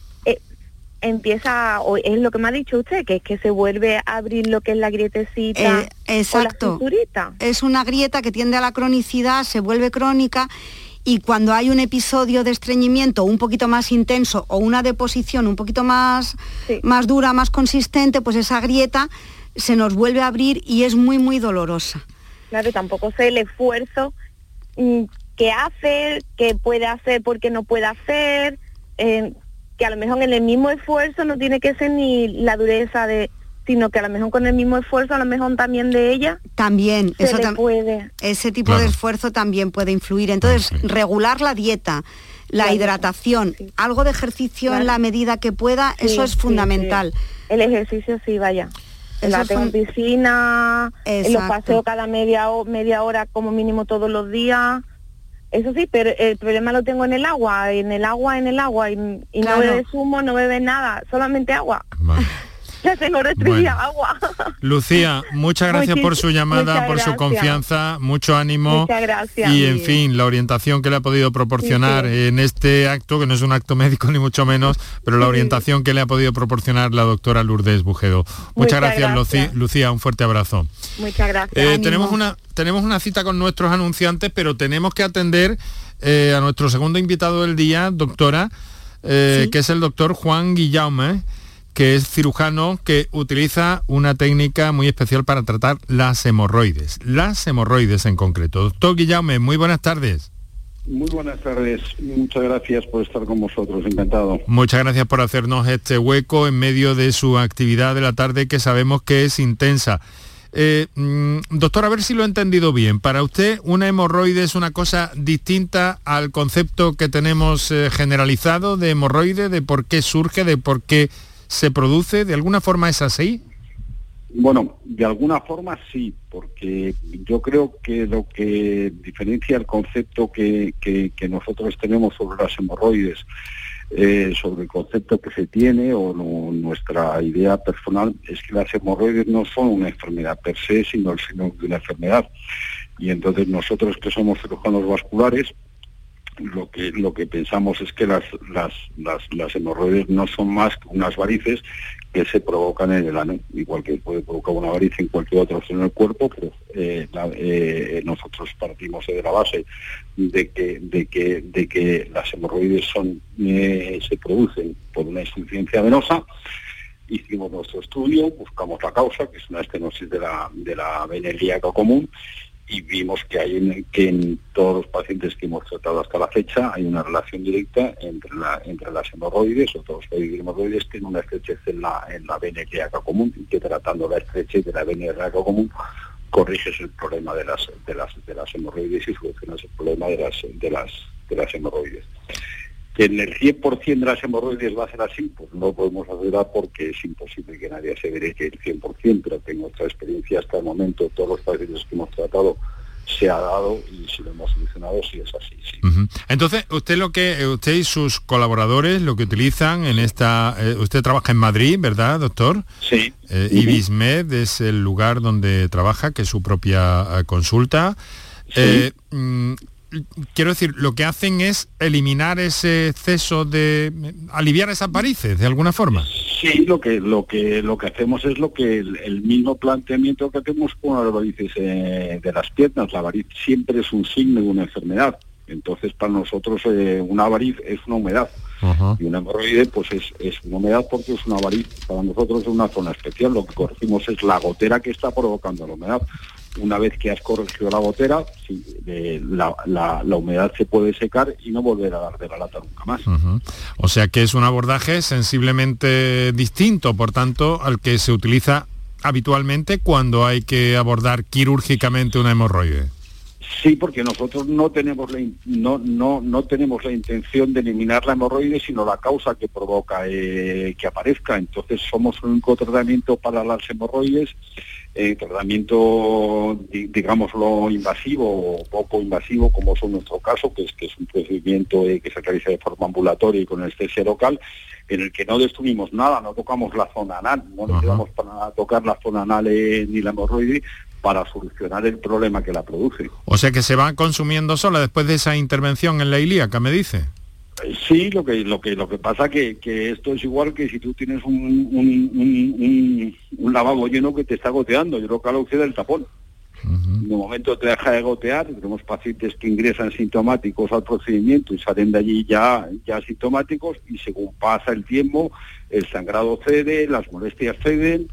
empieza, o es lo que me ha dicho usted, que es que se vuelve a abrir lo que es la grietecita. Exacto. O la fisurita. Es una grieta que tiende a la cronicidad, se vuelve crónica, y cuando hay un episodio de estreñimiento un poquito más intenso o una deposición un poquito más dura, más consistente, pues esa grieta se nos vuelve a abrir y es muy, muy dolorosa. Claro, tampoco sé el esfuerzo que hace, que puede hacer porque no puede hacer, que a lo mejor en el mismo esfuerzo no tiene que ser ni la dureza sino que a lo mejor con el mismo esfuerzo, a lo mejor también de ella. También, eso puede. Ese tipo de esfuerzo también puede influir. Entonces, regular la dieta, la hidratación, algo de ejercicio en la medida que pueda, eso es fundamental. El ejercicio sí, vaya. En piscina, en los paseos cada media hora como mínimo todos los días. Eso sí, pero el problema lo tengo en el agua, y no bebe zumo, no bebe nada, solamente agua. Vale. Ya tengo restringida agua. Lucía, muchas gracias por su llamada, por su confianza, mucho ánimo. Muchas gracias. Y en fin, la orientación que le ha podido proporcionar en este acto, que no es un acto médico ni mucho menos, pero la orientación que le ha podido proporcionar la doctora Lourdes Bujedo. Muchas gracias. Lucía, un fuerte abrazo. Muchas gracias. Tenemos una cita con nuestros anunciantes, pero tenemos que atender a nuestro segundo invitado del día, doctora, que es el doctor Juan Guillaume, que es cirujano que utiliza una técnica muy especial para tratar las hemorroides en concreto. Doctor Guillaume, muy buenas tardes. Muy buenas tardes, muchas gracias por estar con vosotros, encantado. Muchas gracias por hacernos este hueco en medio de su actividad de la tarde, que sabemos que es intensa. Doctor, a ver si lo he entendido bien. Para usted, una hemorroide es una cosa distinta al concepto que tenemos generalizado de hemorroide, de por qué surge, de por qué se produce. ¿De alguna forma es así? Bueno, de alguna forma sí, porque yo creo que lo que diferencia el concepto que nosotros tenemos sobre las hemorroides, sobre el concepto que se tiene o nuestra idea personal, es que las hemorroides no son una enfermedad per se, sino el signo de una enfermedad. Y entonces nosotros, que somos cirujanos vasculares, lo que pensamos es que las hemorroides no son más que unas varices que se provocan en el ano, igual que puede provocar una varice en cualquier otra zona del cuerpo, pero nosotros partimos de la base de que las hemorroides se producen por una insuficiencia venosa. Hicimos nuestro estudio, buscamos la causa, que es una estenosis de la vena ilíaca común, y vimos que en todos los pacientes que hemos tratado hasta la fecha hay una relación directa entre las hemorroides, o todos los hemorroides tienen una estrechez en la vena ilíaca común, y que tratando la estrechez de la vena ilíaca común corriges el problema de las hemorroides y solucionas el problema de las hemorroides. Que en el 100% de las hemorroides va a ser así, pues no podemos asegurar, porque es imposible que nadie asevere que el 100%, pero que en nuestra experiencia hasta el momento, todos los pacientes que hemos tratado, se ha dado, y si lo hemos solucionado, sí es así, sí. Entonces, usted y sus colaboradores lo que utilizan en usted trabaja en Madrid, ¿verdad, doctor? Sí. Ibismed es el lugar donde trabaja, que es su propia consulta. Sí. Quiero decir, lo que hacen es eliminar ese exceso aliviar esas varices, de alguna forma. Sí, lo que hacemos es el mismo planteamiento que hacemos con las varices de las piernas. La variz siempre es un signo de una enfermedad. Entonces, para nosotros una variz es una humedad. Uh-huh. Y una hemorroide pues es una humedad, porque es una variz. Para nosotros es una zona especial. Lo que corregimos es la gotera que está provocando la humedad. Una vez que has corregido la gotera, la humedad se puede secar y no volver a dar de la lata nunca más. Uh-huh. O sea que es un abordaje sensiblemente distinto, por tanto, al que se utiliza habitualmente cuando hay que abordar quirúrgicamente una hemorroide. Sí, porque nosotros no tenemos la intención de eliminar la hemorroide, sino la causa que provoca que aparezca. Entonces somos un único tratamiento para las hemorroides, tratamiento, digámoslo, invasivo o poco invasivo, como es en nuestro caso, que es un procedimiento que se realiza de forma ambulatoria y con anestesia local, en el que no destruimos nada, no tocamos la zona anal, no nos quedamos para tocar la zona anal ni la hemorroide, para solucionar el problema que la produce. O sea que se va consumiendo sola después de esa intervención en la ilíaca, ¿me dice? Sí, lo que pasa que esto es igual que si tú tienes un lavabo lleno que te está goteando. Yo creo que lo queda el tapón. Uh-huh. En un momento te deja de gotear. Tenemos pacientes que ingresan sintomáticos al procedimiento y salen de allí ya sintomáticos, y según pasa el tiempo el sangrado cede, las molestias ceden,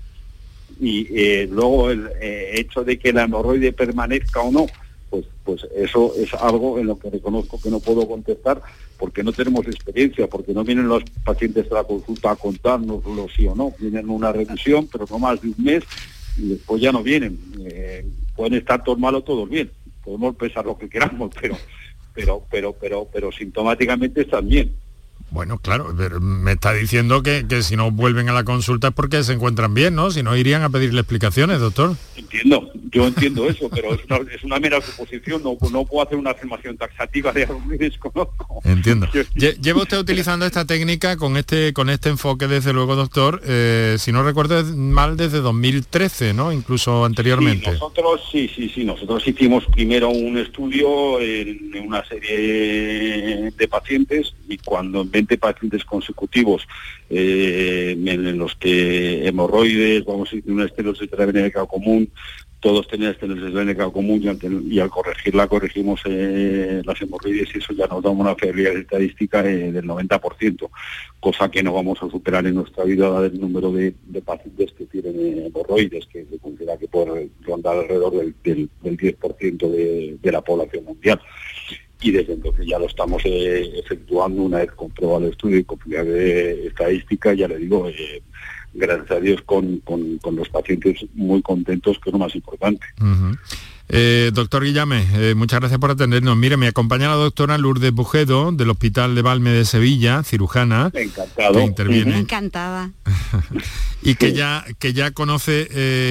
y luego el hecho de que la hemorroide permanezca o no, pues eso es algo en lo que reconozco que no puedo contestar, porque no tenemos experiencia, porque no vienen los pacientes a la consulta a contárnoslo sí o no. Vienen una revisión, pero no más de un mes, y después ya no vienen. Pueden estar todos mal o todos bien, podemos pensar lo que queramos, pero sintomáticamente están bien. Bueno, claro, pero me está diciendo que si no vuelven a la consulta es porque se encuentran bien, ¿no? Si no, irían a pedirle explicaciones, doctor. Yo entiendo eso, pero es una mera suposición, no puedo hacer una afirmación taxativa de algo que desconozco. Entiendo. ¿Lleva usted utilizando esta técnica con este enfoque, desde luego, doctor, si no recuerdo mal, desde 2013, ¿no? Incluso anteriormente. Nosotros hicimos primero un estudio en una serie de pacientes, y cuando 20 pacientes consecutivos en los que hemorroides, vamos a decir, una estenosis venérea común, todos tenían estenosis venérea común, y al corregimos las hemorroides, y eso ya nos da una fiabilidad estadística del 90%, cosa que no vamos a superar en nuestra vida del número de pacientes que tienen hemorroides, que se considera que puede rondar alrededor del 10% de la población mundial. Y desde entonces ya lo estamos efectuando una vez comprobado el estudio y con estadística, ya le digo, gracias a Dios con los pacientes muy contentos, que es lo más importante. Uh-huh. Doctor Guillame, muchas gracias por atendernos. Mire, me acompaña la doctora Lourdes Bujedo, del Hospital de Valme de Sevilla, cirujana. Encantado. Que interviene. Encantada. Y que ya conoce,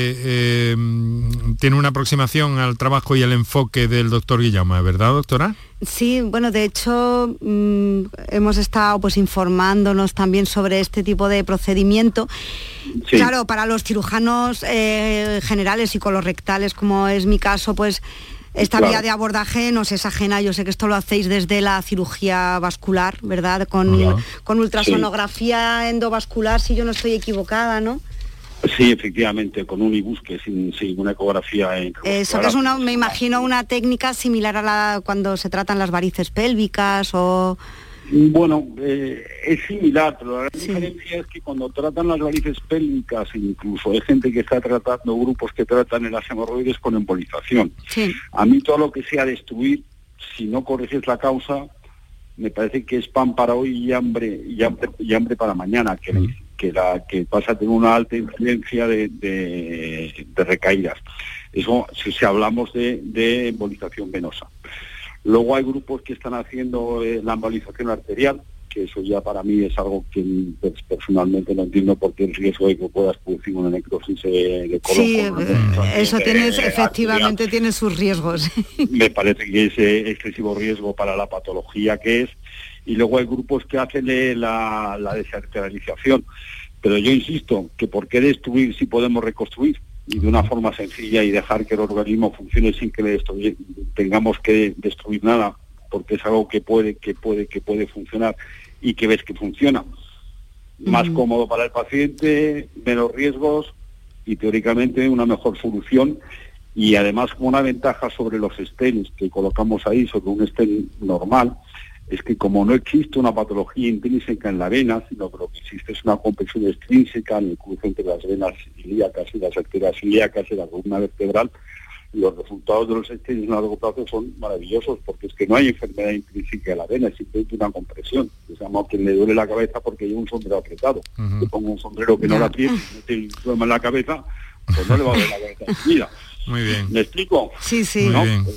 tiene una aproximación al trabajo y al enfoque del doctor Guillame, ¿verdad, doctora? Sí, bueno, de hecho hemos estado pues informándonos también sobre este tipo de procedimiento. Sí. Claro, para los cirujanos generales y colorectales, como es mi caso, pues esta vía de abordaje nos es ajena. Yo sé que esto lo hacéis desde la cirugía vascular, ¿verdad? Con ultrasonografía endovascular, si yo no estoy equivocada, ¿no? Sí, efectivamente, con un IBUS, que sin una ecografía. Eso que es me imagino una técnica similar a la cuando se tratan las varices pélvicas o... Bueno, es similar, pero la gran diferencia es que cuando tratan las varices pélvicas, incluso hay gente que está tratando, grupos que tratan en las hemorroides con embolización. Sí. A mí todo lo que sea destruir, si no corriges la causa, me parece que es pan para hoy y hambre para mañana, que pasa a tener una alta incidencia de recaídas. Eso si hablamos de embolización venosa. Luego hay grupos que están haciendo la embolización arterial, que eso ya para mí es algo que personalmente no entiendo, porque el riesgo de que puedas producir una necrosis de colon. Sí, eso efectivamente tiene sus riesgos. Me parece que es excesivo riesgo para la patología que es. Y luego hay grupos que hacen la desarterialización. Pero yo insisto, que ¿por qué destruir si podemos reconstruir? Y de una forma sencilla, y dejar que el organismo funcione sin que tengamos que destruir nada, porque es algo que puede funcionar y que ves que funciona. Más cómodo para el paciente, menos riesgos y teóricamente una mejor solución. Y además, como una ventaja sobre los stents que colocamos ahí, sobre un stent normal, es que como no existe una patología intrínseca en la vena, sino que lo que existe es una compresión extrínseca en el cruce entre las venas ilíacas y las arterias ilíacas y la columna vertebral, los resultados de los stents a largo plazo son maravillosos, porque es que no hay enfermedad intrínseca de la vena, es simplemente una compresión. Se llama a quien le duele la cabeza porque lleva un sombrero apretado. Yo pongo un sombrero que no la apriete, no tiene problema en la cabeza, pues no le va a doler la cabeza. Mira, muy bien. ¿Me explico? Sí, sí. Muy bien.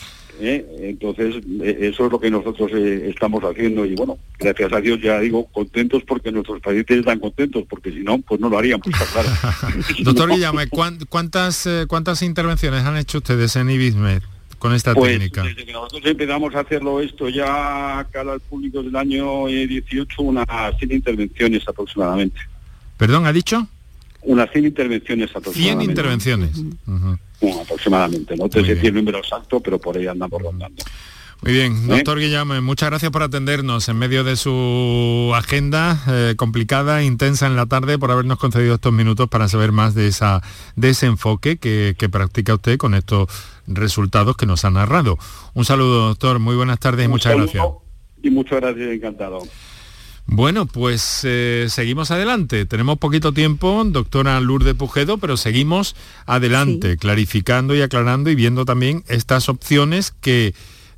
Entonces eso es lo que nosotros estamos haciendo, y bueno, gracias a Dios, ya digo, contentos porque nuestros pacientes están contentos, porque si no, pues no lo haríamos, claro. Doctor Guillame, ¿cuántas intervenciones han hecho ustedes en Ibismed con esta técnica? Desde que nosotros empezamos a hacerlo esto ya cara al público del año 18, unas 100 intervenciones aproximadamente. ¿Perdón, ha dicho? Unas 100 intervenciones aproximadamente. 100 intervenciones. Bueno, aproximadamente, no te sé decir el número exacto, pero por ahí andamos rondando. Muy bien, doctor Guillame, muchas gracias por atendernos en medio de su agenda complicada, intensa en la tarde, por habernos concedido estos minutos para saber más de ese enfoque que practica usted con estos resultados que nos ha narrado. Un saludo, doctor, muy buenas tardes y muchas gracias. Y muchas gracias, encantado. Bueno, pues seguimos adelante. Tenemos poquito tiempo, doctora Lourdes Bujedo, pero seguimos adelante, clarificando y aclarando y viendo también estas opciones de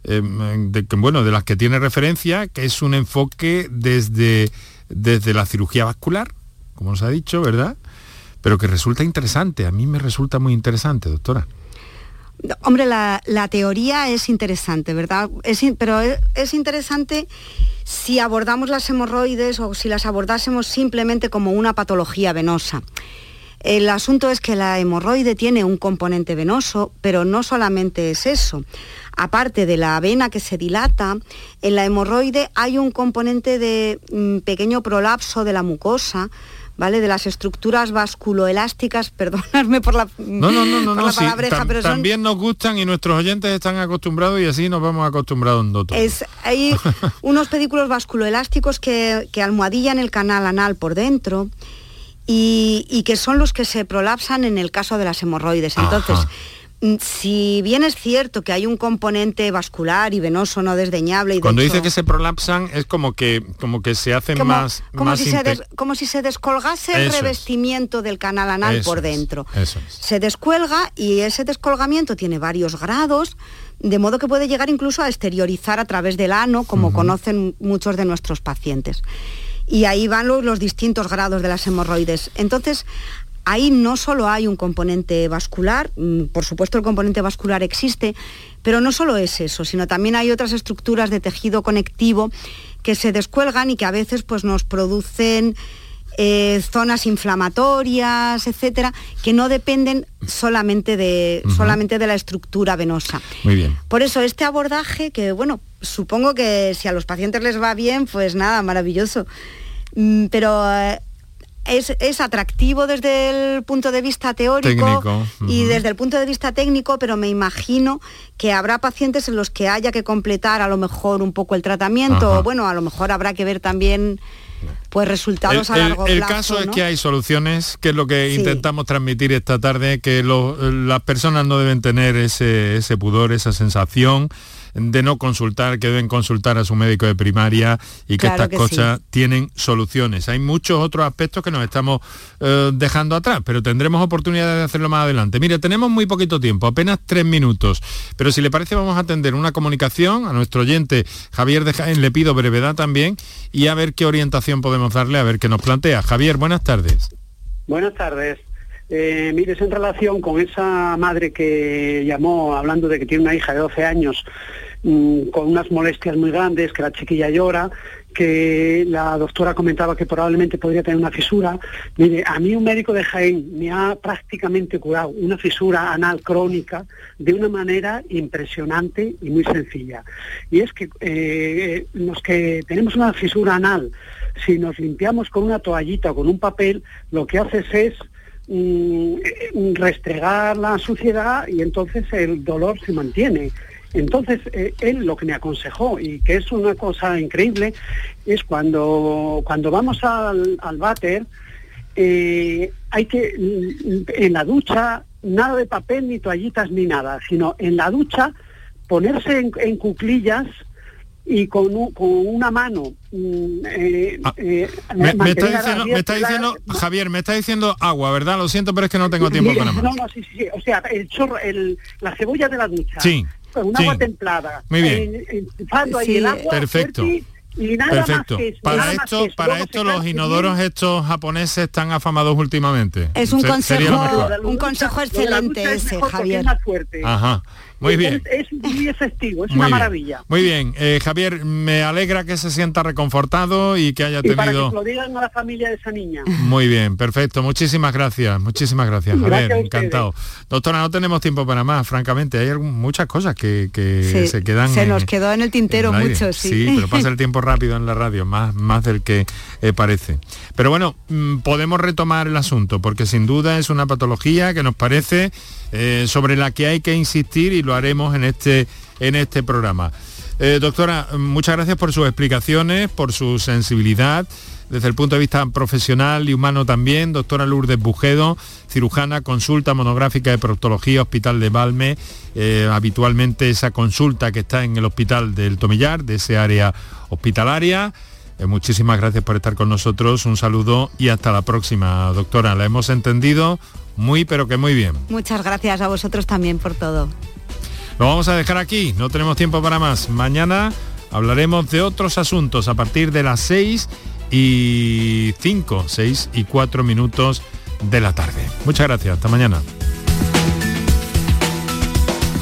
las que tiene referencia, que es un enfoque desde la cirugía vascular, como nos ha dicho, ¿verdad? Pero que resulta interesante. A mí me resulta muy interesante, doctora. Hombre, la teoría es interesante, ¿verdad? Pero es interesante si abordamos las hemorroides o si las abordásemos simplemente como una patología venosa. El asunto es que la hemorroide tiene un componente venoso, pero no solamente es eso. Aparte de la vena que se dilata, en la hemorroide hay un componente de pequeño prolapso de la mucosa, ¿vale? De las estructuras vasculoelásticas, perdonadme por la palabreja, pero también nos gustan y nuestros oyentes están acostumbrados y así nos vamos acostumbrando todos. Hay unos pedículos vasculoelásticos que almohadillan el canal anal por dentro y que son los que se prolapsan en el caso de las hemorroides. Entonces, si bien es cierto que hay un componente vascular y venoso no desdeñable... Y cuando dice que se prolapsan es como que se hacen como si se descolgase el revestimiento del canal anal por dentro. Se descuelga y ese descolgamiento tiene varios grados, de modo que puede llegar incluso a exteriorizar a través del ano, como conocen muchos de nuestros pacientes. Y ahí van los distintos grados de las hemorroides. Entonces, ahí no solo hay un componente vascular, por supuesto el componente vascular existe, pero no solo es eso, sino también hay otras estructuras de tejido conectivo que se descuelgan y que a veces pues, nos producen zonas inflamatorias, etcétera, que no dependen solamente de la estructura venosa. Muy bien. Por eso este abordaje, que bueno, supongo que si a los pacientes les va bien, pues nada, maravilloso. Pero es atractivo desde el punto de vista teórico y desde el punto de vista técnico, pero me imagino que habrá pacientes en los que haya que completar a lo mejor un poco el tratamiento, o bueno, a lo mejor habrá que ver también pues resultados a largo plazo. El caso es que hay soluciones, que es lo que intentamos transmitir esta tarde, que las personas no deben tener ese pudor, esa sensación de no consultar, que deben consultar a su médico de primaria y que estas cosas tienen soluciones. Hay muchos otros aspectos que nos estamos dejando atrás, pero tendremos oportunidad de hacerlo más adelante. Mire, tenemos muy poquito tiempo, apenas 3 minutos, pero si le parece vamos a atender una comunicación a nuestro oyente Javier de Jaén, le pido brevedad también y a ver qué orientación podemos darle, a ver qué nos plantea. Javier, buenas tardes. Buenas tardes. Mire, es en relación con esa madre que llamó hablando de que tiene una hija de 12 años con unas molestias muy grandes, que la chiquilla llora, que la doctora comentaba que probablemente podría tener una fisura. Mire, a mí un médico de Jaén me ha prácticamente curado una fisura anal crónica de una manera impresionante y muy sencilla. Y es que los que tenemos una fisura anal, si nos limpiamos con una toallita o con un papel, lo que haces es restregar la suciedad y entonces el dolor se mantiene. Entonces él lo que me aconsejó, y que es una cosa increíble, es cuando vamos al váter, hay que en la ducha nada de papel ni toallitas ni nada, sino en la ducha ponerse en cuclillas y con una mano me está diciendo Javier, me está diciendo agua, ¿verdad? Lo siento, pero es que no tengo tiempo para más. No, sí, o sea, el chorro, la cebolla de la ducha, con un agua templada. Muy bien. Ahí el agua. Perfecto. Y nada perfecto. Más que eso, para esto los inodoros estos japoneses están afamados últimamente. Es un consejo excelente ese, Javier. Ajá. Muy bien. Es muy efectivo, es una maravilla. Muy bien, Javier, me alegra que se sienta reconfortado y que haya tenido... para que lo digan a la familia de esa niña. Muy bien, perfecto, muchísimas gracias, Javier, encantado. Doctora, no tenemos tiempo para más, francamente, hay muchas cosas que se quedan... Se nos quedó en el tintero mucho, Sí, pero pasa el tiempo rápido en la radio, más del que parece. Pero bueno, podemos retomar el asunto, porque sin duda es una patología que nos parece sobre la que hay que insistir y lo haremos en este programa. Doctora, muchas gracias por sus explicaciones, por su sensibilidad, desde el punto de vista profesional y humano también. Doctora Lourdes Bujedo, cirujana, consulta monográfica de proctología, Hospital de Valme, habitualmente esa consulta que está en el Hospital del Tomillar, de ese área hospitalaria. Muchísimas gracias por estar con nosotros, un saludo y hasta la próxima, doctora. La hemos entendido pero que muy bien. Muchas gracias a vosotros también por todo. Lo vamos a dejar aquí, no tenemos tiempo para más. Mañana hablaremos de otros asuntos a partir de las 6 y 4 minutos de la tarde. Muchas gracias, hasta mañana.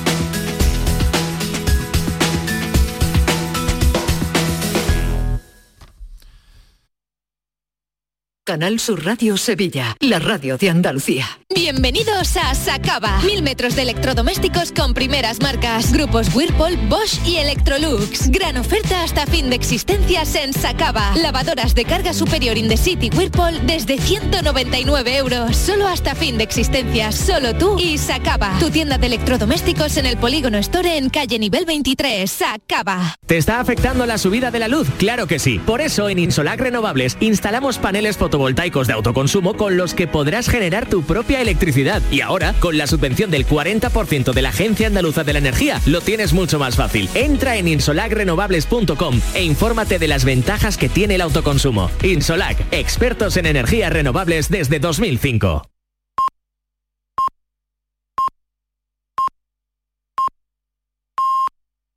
Canal Sur Radio Sevilla, la radio de Andalucía. Bienvenidos a Sacaba. 1000 metros de electrodomésticos con primeras marcas. Grupos Whirlpool, Bosch y Electrolux. Gran oferta hasta fin de existencias en Sacaba. Lavadoras de carga superior in the city Whirlpool desde 199 €. Solo hasta fin de existencias. Solo tú y Sacaba. Tu tienda de electrodomésticos en el Polígono Store en calle nivel 23. Sacaba. ¿Te está afectando la subida de la luz? Claro que sí. Por eso en Insolac Renovables instalamos paneles fotovoltaicos de autoconsumo con los que podrás generar tu propia electricidad. Y ahora, con la subvención del 40% de la Agencia Andaluza de la Energía, lo tienes mucho más fácil. Entra en insolacrenovables.com e infórmate de las ventajas que tiene el autoconsumo. Insolac, expertos en energías renovables desde 2005.